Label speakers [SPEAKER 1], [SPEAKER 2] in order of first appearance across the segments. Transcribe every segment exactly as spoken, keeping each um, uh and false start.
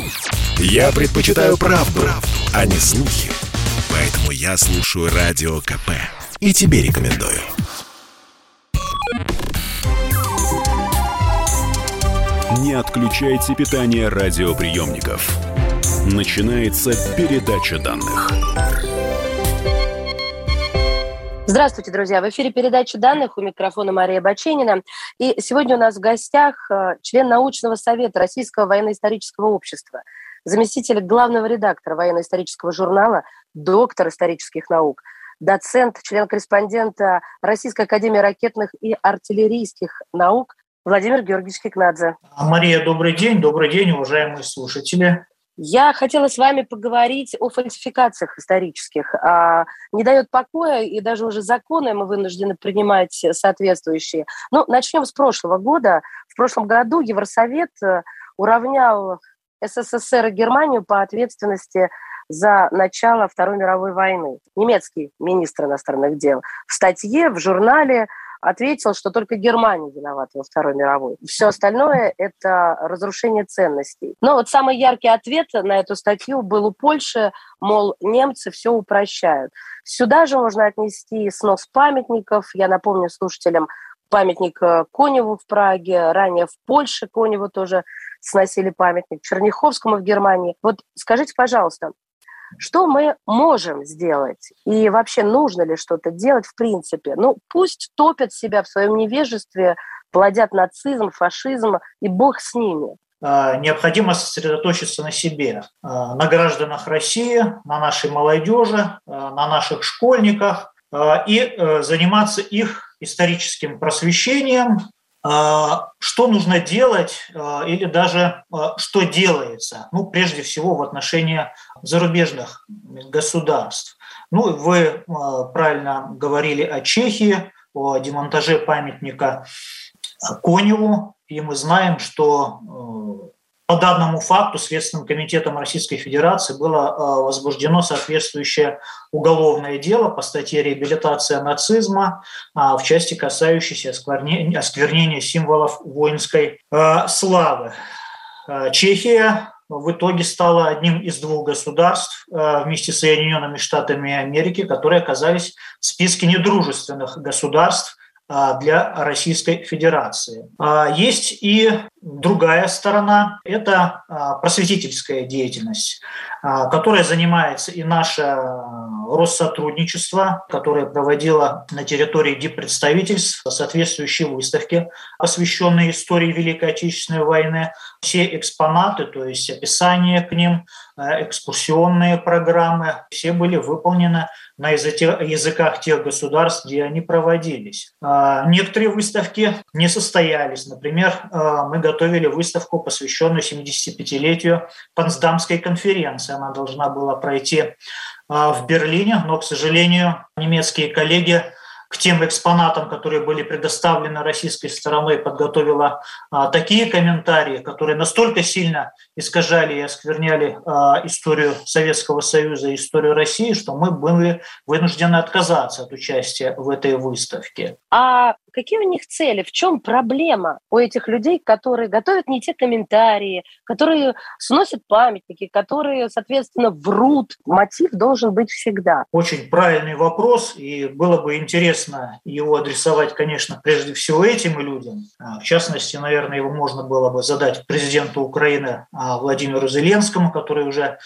[SPEAKER 1] Я предпочитаю правду, правду, а не слухи. Поэтому я слушаю Радио КП. И тебе рекомендую. Не отключайте питание радиоприемников. Начинается передача данных.
[SPEAKER 2] Здравствуйте, друзья! В эфире передача данных, у микрофона Мария Баченина. И сегодня у нас в гостях член научного совета Российского военно-исторического общества, заместитель главного редактора военно-исторического журнала, доктор исторических наук, доцент, член-корреспондент Российской академии ракетных и артиллерийских наук Владимир Георгиевич Кикнадзе.
[SPEAKER 3] Мария, добрый день. Добрый день, уважаемые слушатели.
[SPEAKER 2] Я хотела с вами поговорить о фальсификациях исторических. А, не дает покоя, и даже уже законы мы вынуждены принимать соответствующие. Ну, начнем с прошлого года. В прошлом году Евросовет уравнял СССР и Германию по ответственности за начало Второй мировой войны. Немецкий министр иностранных дел в статье в журнале ответил, что только Германия виновата во Второй мировой. Все остальное – это разрушение ценностей. Но вот самый яркий ответ на эту статью был у Польши, мол, немцы все упрощают. Сюда же можно отнести снос памятников. Я напомню слушателям, памятник Коневу в Праге, ранее в Польше Коневу тоже сносили памятник, Черняховскому в Германии. Вот скажите, пожалуйста, что мы можем сделать? И вообще нужно ли что-то делать в принципе? Ну, пусть топят себя в своем невежестве, плодят нацизм, фашизм, и бог с ними.
[SPEAKER 3] Необходимо сосредоточиться на себе, на гражданах России, на нашей молодежи, на наших школьниках и заниматься их историческим просвещением, что нужно делать или даже что делается, ну, прежде всего в отношении зарубежных государств. Ну, вы правильно говорили о Чехии, о демонтаже памятника Коневу, и мы знаем, что по данному факту Следственным комитетом Российской Федерации было возбуждено соответствующее уголовное дело по статье «Реабилитация нацизма» в части, касающейся осквернения символов воинской славы. Чехия в итоге стала одним из двух государств вместе с Соединенными Штатами Америки, которые оказались в списке недружественных государств для Российской Федерации. Есть и другая сторона – это просветительская деятельность, которой занимается и наше Россотрудничество, которое проводило на территории диппредставительств соответствующие выставки, посвященные истории Великой Отечественной войны. Все экспонаты, то есть описание к ним, экскурсионные программы, все были выполнены на языках тех государств, где они проводились. Некоторые выставки не состоялись. Например, мы готовили выставку, посвященную семидесятипятилетию Потсдамской конференции. Она должна была пройти в Берлине, но, к сожалению, немецкие коллеги к тем экспонатам, которые были предоставлены российской стороной, подготовила а, такие комментарии, которые настолько сильно искажали и оскверняли а, историю Советского Союза и историю России, что мы были вынуждены отказаться от участия в этой выставке.
[SPEAKER 2] А какие у них цели? В чем проблема у этих людей, которые готовят не те комментарии, которые сносят памятники, которые, соответственно, врут? Мотив должен быть всегда.
[SPEAKER 3] Очень правильный вопрос, и было бы интересно его адресовать, конечно, прежде всего этим людям. В частности, наверное, его можно было бы задать президенту Украины Владимиру Зеленскому, который уже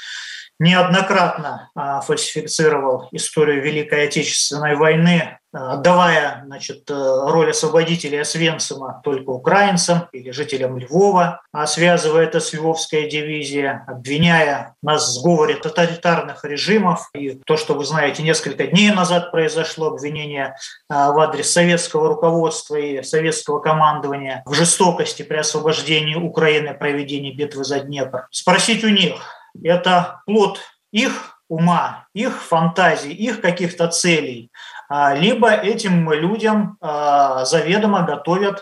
[SPEAKER 3] неоднократно фальсифицировал историю Великой Отечественной войны, отдавая, значит, роль освободителей Освенцима только украинцам или жителям Львова, связывая это с Львовской дивизией, обвиняя нас в сговоре тоталитарных режимов. И то, что вы знаете, несколько дней назад произошло обвинение в адрес советского руководства и советского командования в жестокости при освобождении Украины, проведении битвы за Днепр. Спросить у них, это плод их ума, их фантазий, их каких-то целей, либо этим людям заведомо готовят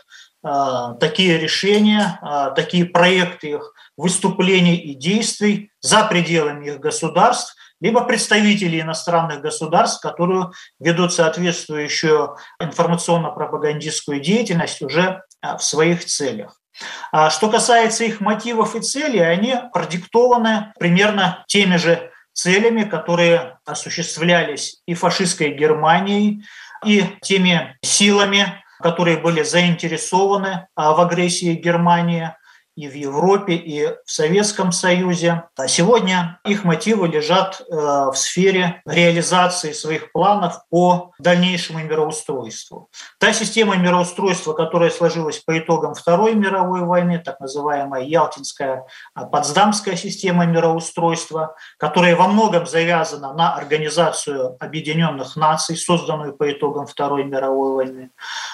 [SPEAKER 3] такие решения, такие проекты их выступлений и действий за пределами их государств, либо представители иностранных государств, которые ведут соответствующую информационно-пропагандистскую деятельность уже в своих целях. А что касается их мотивов и целей, они продиктованы примерно теми же целями, которые осуществлялись и фашистской Германией, и теми силами, которые были заинтересованы в агрессии Германии и в Европе, и в Советском Союзе. А сегодня их мотивы лежат в сфере реализации своих планов по дальнейшему мироустройству. Та система мироустройства, которая сложилась по итогам Второй мировой войны, так называемая Ялтинская Потсдамская система мироустройства, которая во многом завязана на Организацию Объединенных Наций, созданную по итогам Второй мировой войны,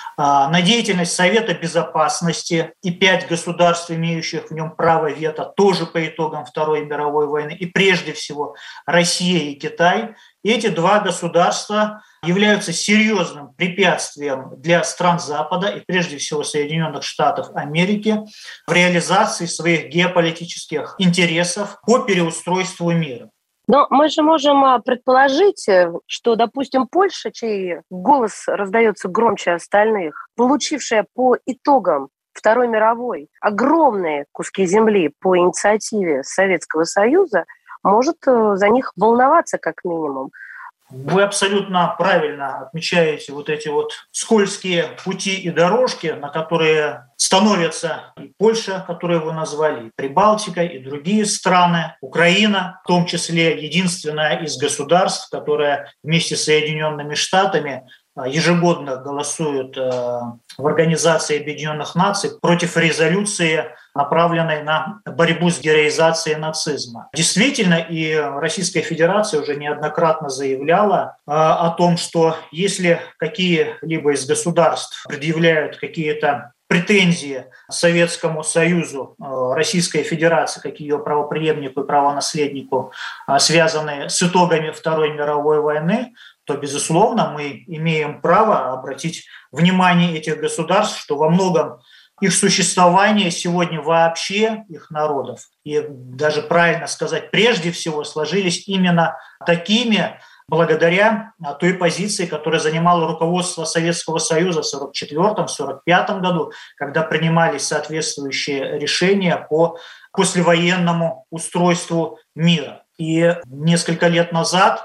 [SPEAKER 3] на деятельность Совета Безопасности и пять государств, имеющих в нем право вето, тоже по итогам Второй мировой войны, и прежде всего Россия и Китай. Эти два государства являются серьезным препятствием для стран Запада и прежде всего Соединенных Штатов Америки в реализации своих геополитических интересов по переустройству мира.
[SPEAKER 2] Но мы же можем предположить, что, допустим, Польша, чей голос раздается громче остальных, получившая по итогам Второй мировой огромные куски земли по инициативе Советского Союза, может за них волноваться как минимум.
[SPEAKER 3] Вы абсолютно правильно отмечаете вот эти вот скользкие пути и дорожки, на которые становятся и Польша, которую вы назвали, и Прибалтика, и другие страны, Украина, в том числе единственная из государств, которая вместе с Соединенными Штатами ежегодно голосуют в Организации Объединенных Наций против резолюции, направленной на борьбу с героизацией нацизма. Действительно, и Российская Федерация уже неоднократно заявляла о том, что если какие-либо из государств предъявляют какие-то претензии Советскому Союзу, Российской Федерации, как ее правопреемнику и правонаследнику, связанные с итогами Второй мировой войны, то, безусловно, мы имеем право обратить внимание этих государств, что во многом их существование сегодня вообще, их народов, и даже правильно сказать, прежде всего, сложились именно такими, благодаря той позиции, которую занимало руководство Советского Союза в сорок четвёртом — сорок пятом году, когда принимались соответствующие решения по послевоенному устройству мира. И несколько лет назад,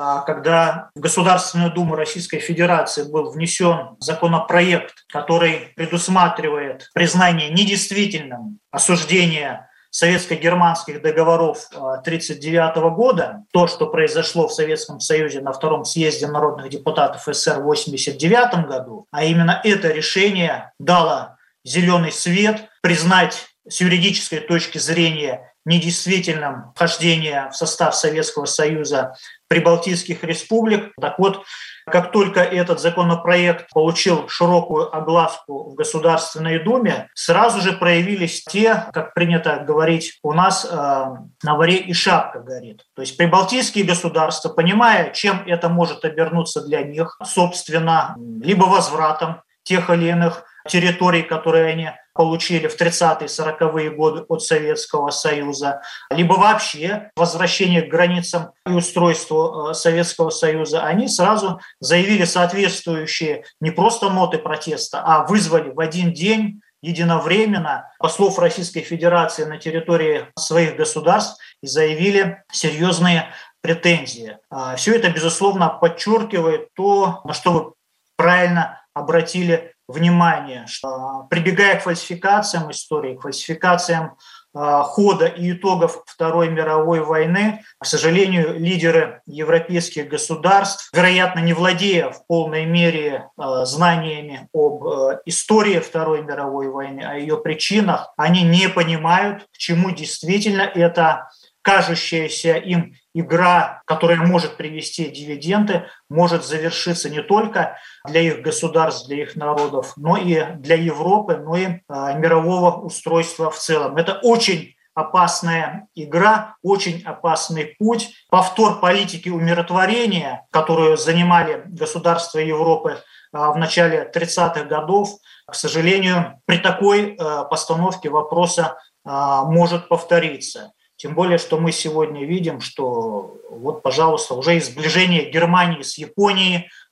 [SPEAKER 3] когда в Государственную Думу Российской Федерации был внесен законопроект, который предусматривает признание недействительным осуждения советско-германских договоров тысяча девятьсот тридцать девятого года, то, что произошло в Советском Союзе на Втором съезде народных депутатов СССР в восемьдесят девятом году, а именно это решение дало зеленый свет признать с юридической точки зрения недействительным вхождение в состав Советского Союза прибалтийских республик. Так вот, как только этот законопроект получил широкую огласку в Государственной Думе, сразу же проявились те, как принято говорить у нас, э, на воре и шапка горит. То есть прибалтийские государства, понимая, чем это может обернуться для них, собственно, либо возвратом тех или иных территорий, которые они получили в тридцатые — сороковые годы от Советского Союза, либо вообще возвращение к границам и устройству Советского Союза, они сразу заявили соответствующие не просто ноты протеста, а вызвали в один день единовременно послов Российской Федерации на территории своих государств и заявили серьезные претензии. Все это, безусловно, подчеркивает то, на что вы правильно обратили внимание, что, прибегая к фальсификациям истории, к фальсификациям э, хода и итогов Второй мировой войны, к сожалению, лидеры европейских государств, вероятно, не владея в полной мере э, знаниями об э, истории Второй мировой войны, о ее причинах, они не понимают, к чему действительно это кажущаяся им игра, которая может привести дивиденды, может завершиться не только для их государств, для их народов, но и для Европы, но и э, мирового устройства в целом. Это очень опасная игра, очень опасный путь. Повтор политики умиротворения, которую занимали государства Европы э, в начале тридцатых годов, к сожалению, при такой э, постановке вопроса э, может повториться. Тем более, что мы сегодня видим, что вот, пожалуйста, уже и сближение Германии с Японией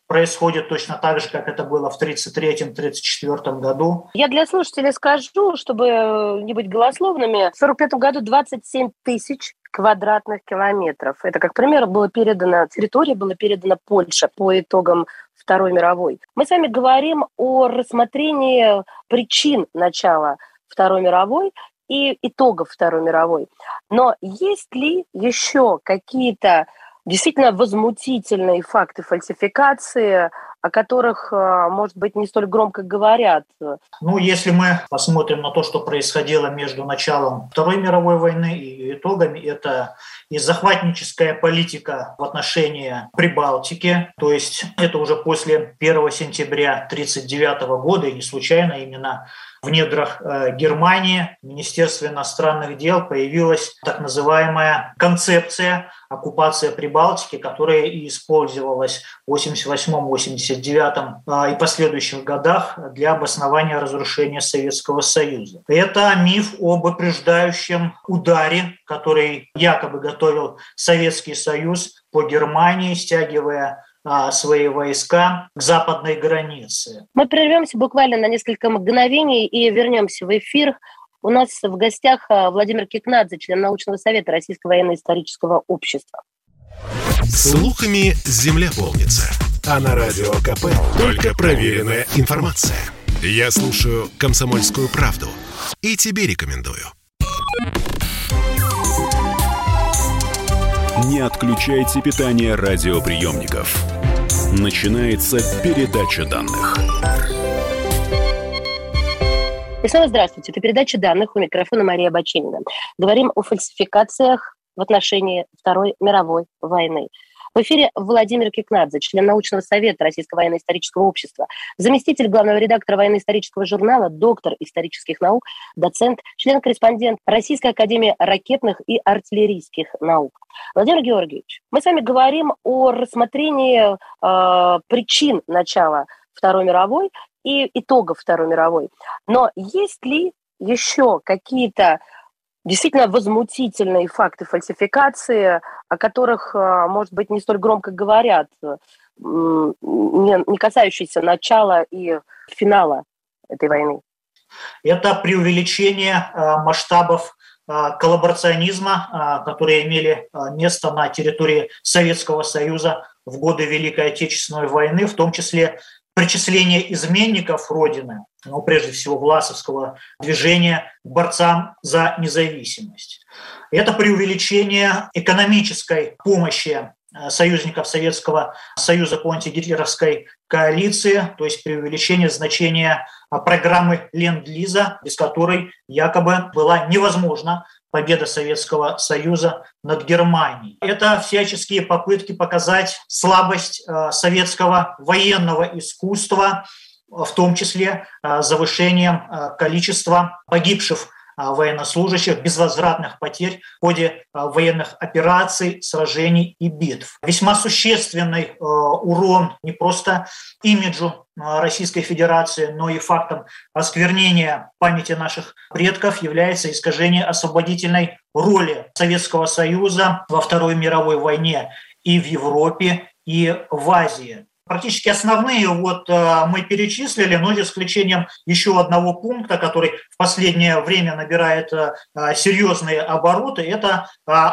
[SPEAKER 3] происходит точно так же, как это было в тридцать третьем — тридцать четвёртом году.
[SPEAKER 2] Я для слушателей скажу, чтобы не быть голословными, в сорок пятом году двадцать семь тысяч квадратных километров. Это, как пример, было передано, территория была передана Польше по итогам Второй мировой. Мы с вами говорим о рассмотрении причин начала Второй мировой и итогов Второй мировой. Но есть ли еще какие-то действительно возмутительные факты фальсификации, о которых, может быть, не столь громко говорят?
[SPEAKER 3] Ну, если мы посмотрим на то, что происходило между началом Второй мировой войны и ее итогами, это и захватническая политика в отношении Прибалтики, то есть это уже после первого сентября тысяча девятьсот тридцать девятого года, и не случайно именно в недрах Германии, в Министерстве иностранных дел появилась так называемая концепция оккупации Прибалтики, которая и использовалась в восемьдесят восьмом — восемьдесят девятом и последующих годах для обоснования разрушения Советского Союза. Это миф об упреждающем ударе, который якобы готовил Советский Союз по Германии, стягивая свои войска к западной границе.
[SPEAKER 2] Мы прервемся буквально на несколько мгновений и вернемся в эфир. У нас в гостях Владимир Кикнадзе, член научного совета Российского военно-исторического общества.
[SPEAKER 1] Слухами земля полнится. А на Радио КП только проверенная информация. Я слушаю «Комсомольскую правду» и тебе рекомендую.
[SPEAKER 4] Не отключайте питание радиоприемников. Начинается передача данных.
[SPEAKER 2] И снова здравствуйте. Это передача данных, у микрофона Мария Баченина. Говорим о фальсификациях в отношении Второй мировой войны. В эфире Владимир Кикнадзе, член научного совета Российского военно-исторического общества, заместитель главного редактора военно-исторического журнала, доктор исторических наук, доцент, член-корреспондент Российской академии ракетных и артиллерийских наук. Владимир Георгиевич, мы с вами говорим о рассмотрении э, причин начала Второй мировой и итогов Второй мировой. Но есть ли еще какие-то действительно возмутительные факты фальсификации, о которых, может быть, не столь громко говорят, не касающиеся начала и финала этой войны?
[SPEAKER 3] Это преувеличение масштабов коллаборационизма, которые имели место на территории Советского Союза в годы Великой Отечественной войны, в том числе причисление изменников Родины, ну, прежде всего власовского движения, к борцам за независимость. Это преувеличение экономической помощи союзников Советского Союза по антигитлеровской коалиции, то есть преувеличение значения программы Ленд-Лиза, без которой якобы была невозможна победа Советского Союза над Германией. Это всяческие попытки показать слабость советского военного искусства, в том числе завышением количества погибших военнослужащих, безвозвратных потерь в ходе военных операций, сражений и битв. Весьма существенный урон не просто имиджу Российской Федерации, но и фактом осквернения памяти наших предков является искажение освободительной роли Советского Союза во Второй мировой войне и в Европе, и в Азии. Практически основные вот мы перечислили, но за исключением еще одного пункта, который в последнее время набирает серьезные обороты, это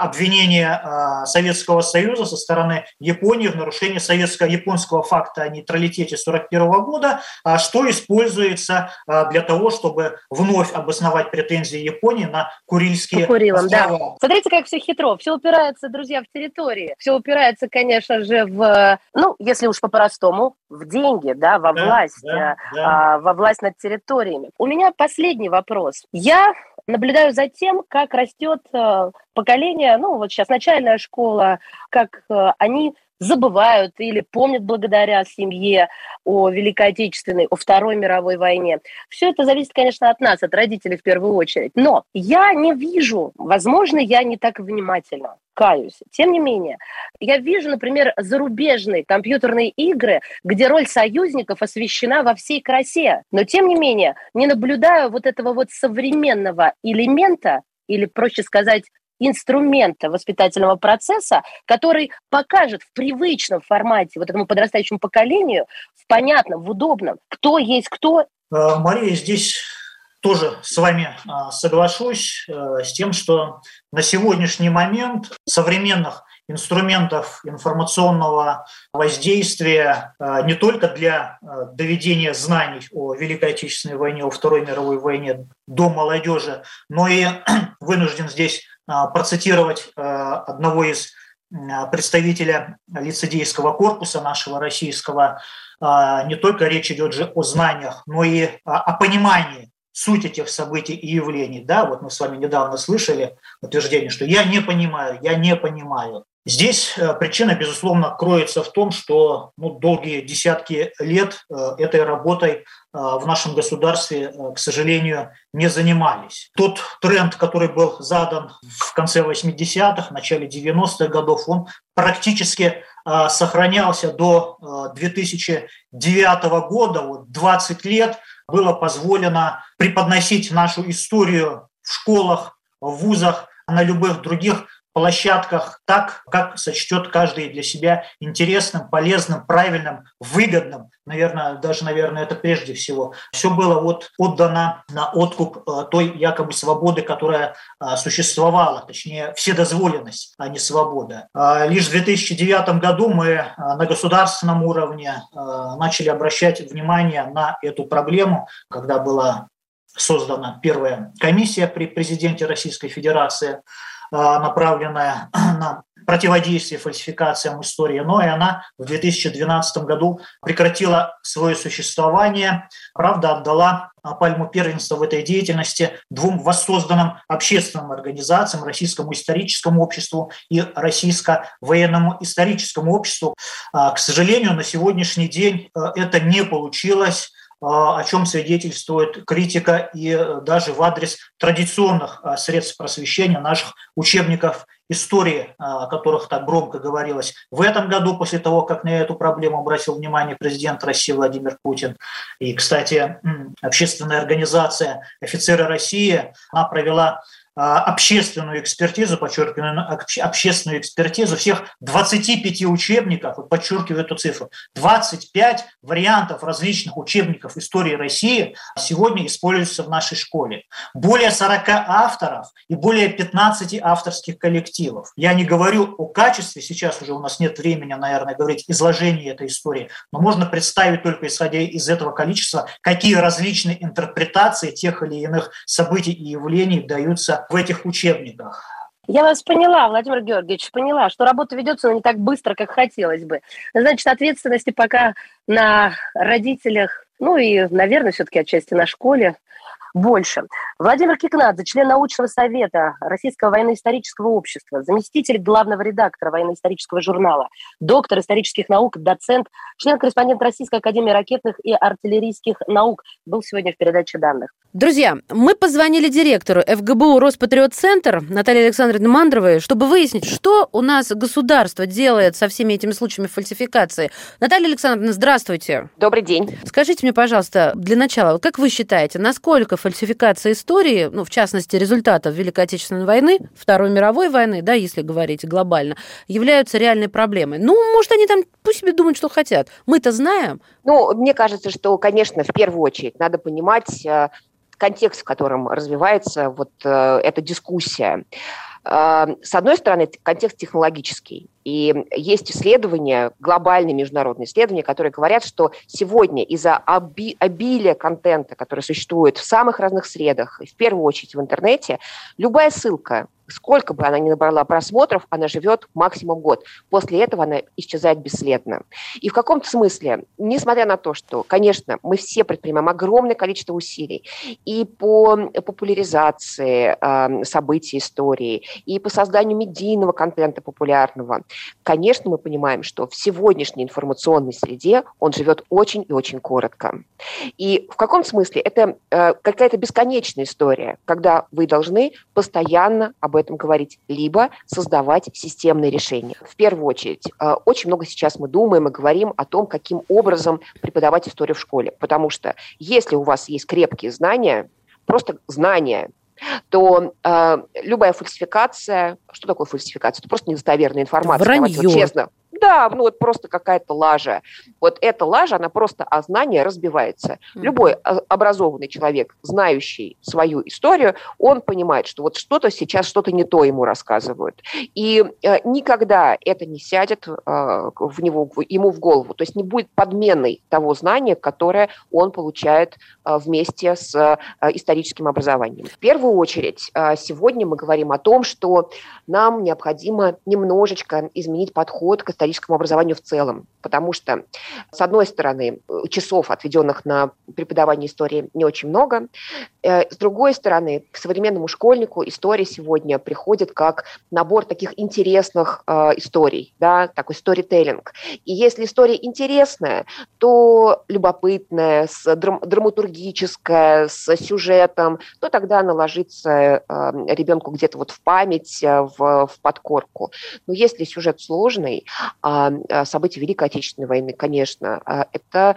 [SPEAKER 3] обвинение Советского Союза со стороны Японии в нарушении советско-японского факта о нейтралитете сорок первого года, что используется для того, чтобы вновь обосновать претензии Японии на Курильские
[SPEAKER 2] Курилам,
[SPEAKER 3] острова.
[SPEAKER 2] Да. Смотрите, как все хитро. Все упирается, друзья, в территории. Все упирается, конечно же, в, ну, если уж по простому, в деньги, да, во
[SPEAKER 3] Да,
[SPEAKER 2] власть,
[SPEAKER 3] да, да.
[SPEAKER 2] А, во власть над территориями. У меня последний вопрос. Я наблюдаю за тем, как растет а, поколение, ну, вот сейчас начальная школа, как а, они забывают или помнят благодаря семье о Великой Отечественной, о Второй мировой войне. Все это зависит, конечно, от нас, от родителей в первую очередь. Но я не вижу, возможно, я не так внимательно, каюсь. Тем не менее, я вижу, например, зарубежные компьютерные игры, где роль союзников освещена во всей красе. Но, тем не менее, не наблюдаю вот этого вот современного элемента, или, проще сказать, инструмента воспитательного процесса, который покажет в привычном формате вот этому подрастающему поколению, в понятном, в удобном, кто есть кто.
[SPEAKER 3] Мария, здесь тоже с вами соглашусь с тем, что на сегодняшний момент современных инструментов информационного воздействия не только для доведения знаний о Великой Отечественной войне, о Второй мировой войне до молодежи, но и вынужден здесь процитировать одного из представителя лицедейского корпуса нашего российского. Не только речь идет же о знаниях, но и о понимании суть этих событий и явлений. Да, вот мы с вами недавно слышали утверждение, что «я не понимаю, я не понимаю». Здесь причина, безусловно, кроется в том, что ну, долгие десятки лет этой работой в нашем государстве, к сожалению, не занимались. Тот тренд, который был задан в конце восьмидесятых, начале девяностых годов, он практически сохранялся до две тысячи девятого года. Вот двадцать лет было позволено преподносить нашу историю в школах, в вузах, на любых других площадках так, как сочтет каждый для себя интересным, полезным, правильным, выгодным. Наверное, даже, наверное, это прежде всего. Все было вот отдано на откуп той якобы свободы, которая существовала, точнее, вседозволенность, а не свобода. Лишь в две тысячи девятом году мы на государственном уровне начали обращать внимание на эту проблему, когда была создана первая комиссия при президенте Российской Федерации, направленная на противодействие фальсификациям истории, но и она в две тысячи двенадцатом году прекратила свое существование, правда, отдала пальму первенства в этой деятельности двум воссозданным общественным организациям, Российскому историческому обществу и Российско-военному историческому обществу. К сожалению, на сегодняшний день это не получилось, о чем свидетельствует критика и даже в адрес традиционных средств просвещения, наших учебников истории, о которых так громко говорилось в этом году, после того, как на эту проблему обратил внимание президент России Владимир Путин. И, кстати, общественная организация «Офицеры России», она провела общественную экспертизу, подчеркиваю, общественную экспертизу всех двадцати пяти учебников, вот подчеркиваю эту цифру, двадцать пять вариантов различных учебников истории России сегодня используются в нашей школе. Более сорока авторов и более пятнадцати авторских коллективов. Я не говорю о качестве, сейчас уже у нас нет времени, наверное, говорить изложение этой истории, но можно представить только исходя из этого количества, какие различные интерпретации тех или иных событий и явлений даются в этих учебниках.
[SPEAKER 2] Я вас поняла, Владимир Георгиевич, поняла, что работа ведется, но не так быстро, как хотелось бы. Значит, ответственности пока на родителях, ну и, наверное, все-таки отчасти на школе больше. Владимир Кикнадзе, член научного совета Российского военно-исторического общества, заместитель главного редактора военно-исторического журнала, доктор исторических наук, доцент, член-корреспондент Российской академии ракетных и артиллерийских наук, был сегодня в передаче данных.
[SPEAKER 5] Друзья, мы позвонили директору эф гэ бэ у «Роспатриотцентр» Наталье Александровне Мандровой, чтобы выяснить, что у нас государство делает со всеми этими случаями фальсификации. Наталья Александровна, здравствуйте.
[SPEAKER 6] Добрый день.
[SPEAKER 5] Скажите мне, пожалуйста, для начала, как вы считаете, насколько фальсификация истории, ну, в частности, результатов Великой Отечественной войны, Второй мировой войны, да, если говорить глобально, являются реальной проблемой? Ну, может, они там пусть себе думают, что хотят. Мы-то знаем.
[SPEAKER 6] Ну, мне кажется, что, конечно, в первую очередь надо понимать контекст, в котором развивается вот эта дискуссия. С одной стороны, контекст технологический. И есть исследования, глобальные международные исследования, которые говорят, что сегодня из-за оби- обилия контента, который существует в самых разных средах, в первую очередь в интернете, любая ссылка, сколько бы она ни набрала просмотров, она живет максимум год. После этого она исчезает бесследно. И в каком-то смысле, несмотря на то, что, конечно, мы все предпринимаем огромное количество усилий и по популяризации э, событий истории, и по созданию медийного контента популярного, конечно, мы понимаем, что в сегодняшней информационной среде он живет очень и очень коротко. И в каком смысле это э, какая-то бесконечная история, когда вы должны постоянно об этом говорить, либо создавать системные решения. В первую очередь, э, очень много сейчас мы думаем и говорим о том, каким образом преподавать историю в школе. Потому что если у вас есть крепкие знания, просто знания, то э, любая фальсификация... Что такое фальсификация? Это просто недостоверная информация.
[SPEAKER 5] Вранье.
[SPEAKER 6] Вот честно. Да, ну вот просто какая-то лажа. Вот эта лажа, она просто о знание разбивается. Mm-hmm. Любой образованный человек, знающий свою историю, он понимает, что вот что-то сейчас, что-то не то ему рассказывают. И э, никогда это не сядет э, в него, ему в голову. То есть не будет подменой того знания, которое он получает э, вместе с э, историческим образованием. В первую очередь, э, сегодня мы говорим о том, что нам необходимо немножечко изменить подход к историческому образованию в целом, потому что, с одной стороны, часов, отведенных на преподавание истории, не очень много, с другой стороны, к современному школьнику история сегодня приходит как набор таких интересных э, историй, да, такой сторителлинг. И если история интересная, то любопытная, с драм- драматургическая, с сюжетом, то тогда она ложится э, ребенку где-то вот в память, в, в подкорку. Но если сюжет сложный, э, события Великой Отечественной войны, конечно, э, это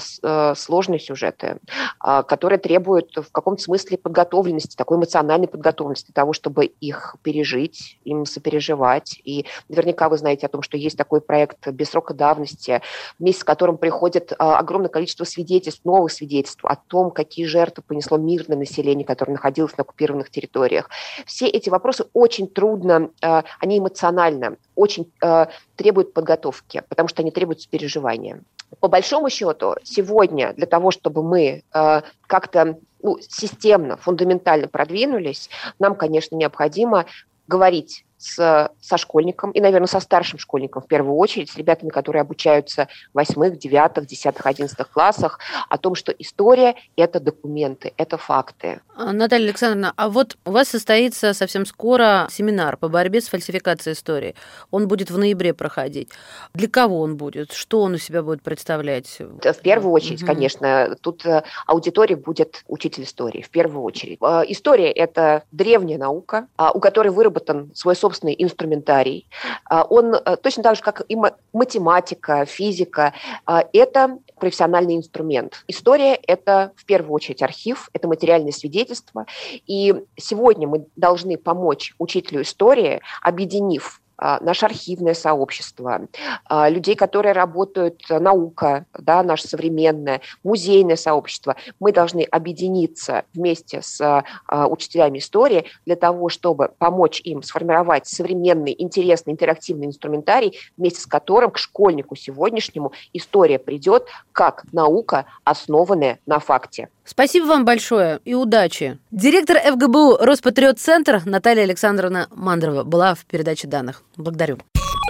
[SPEAKER 6] э, сложные сюжеты, э, которые требуют в каком-то смысле подготовленности, такой эмоциональной подготовленности для того, чтобы их пережить, им сопереживать. И наверняка вы знаете о том, что есть такой проект «Без срока давности», вместе с которым приходит огромное количество свидетельств, новых свидетельств о том, какие жертвы понесло мирное население, которое находилось на оккупированных территориях. Все эти вопросы очень трудно, они эмоционально, очень требуют подготовки, потому что они требуют сопереживания. По большому счету, сегодня для того, чтобы мы э, как-то ну, системно, фундаментально продвинулись, нам, конечно, необходимо говорить с, со школьником и, наверное, со старшим школьником в первую очередь, с ребятами, которые обучаются в восьмых, девятых, десятых, одиннадцатых классах, о том, что история – это документы, это факты.
[SPEAKER 5] Наталья Александровна, а вот у вас состоится совсем скоро семинар по борьбе с фальсификацией истории. Он будет в ноябре проходить. Для кого он будет? Что он у себя будет представлять?
[SPEAKER 6] В первую очередь, угу. конечно, тут аудитория будет учитель истории, в первую очередь. История – это древняя наука, у которой выработан свой собственный собственный инструментарий. Он точно так же, как и математика, физика, это профессиональный инструмент. История – это в первую очередь архив, это материальное свидетельство. И сегодня мы должны помочь учителю истории, объединив наше архивное сообщество, людей, которые работают, наука, да, наше современное, музейное сообщество. Мы должны объединиться вместе с учителями истории для того, чтобы помочь им сформировать современный, интересный, интерактивный инструментарий, вместе с которым к школьнику сегодняшнему история придет как наука, основанная на факте.
[SPEAKER 5] Спасибо вам большое и удачи. Директор эф гэ бэ у Роспатриотцентр Наталья Александровна Мандрова была в передаче данных. Благодарю.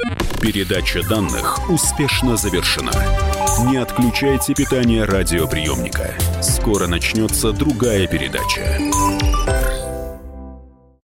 [SPEAKER 4] Передача данных успешно завершена. Не отключайте питание радиоприемника. Скоро начнется другая передача.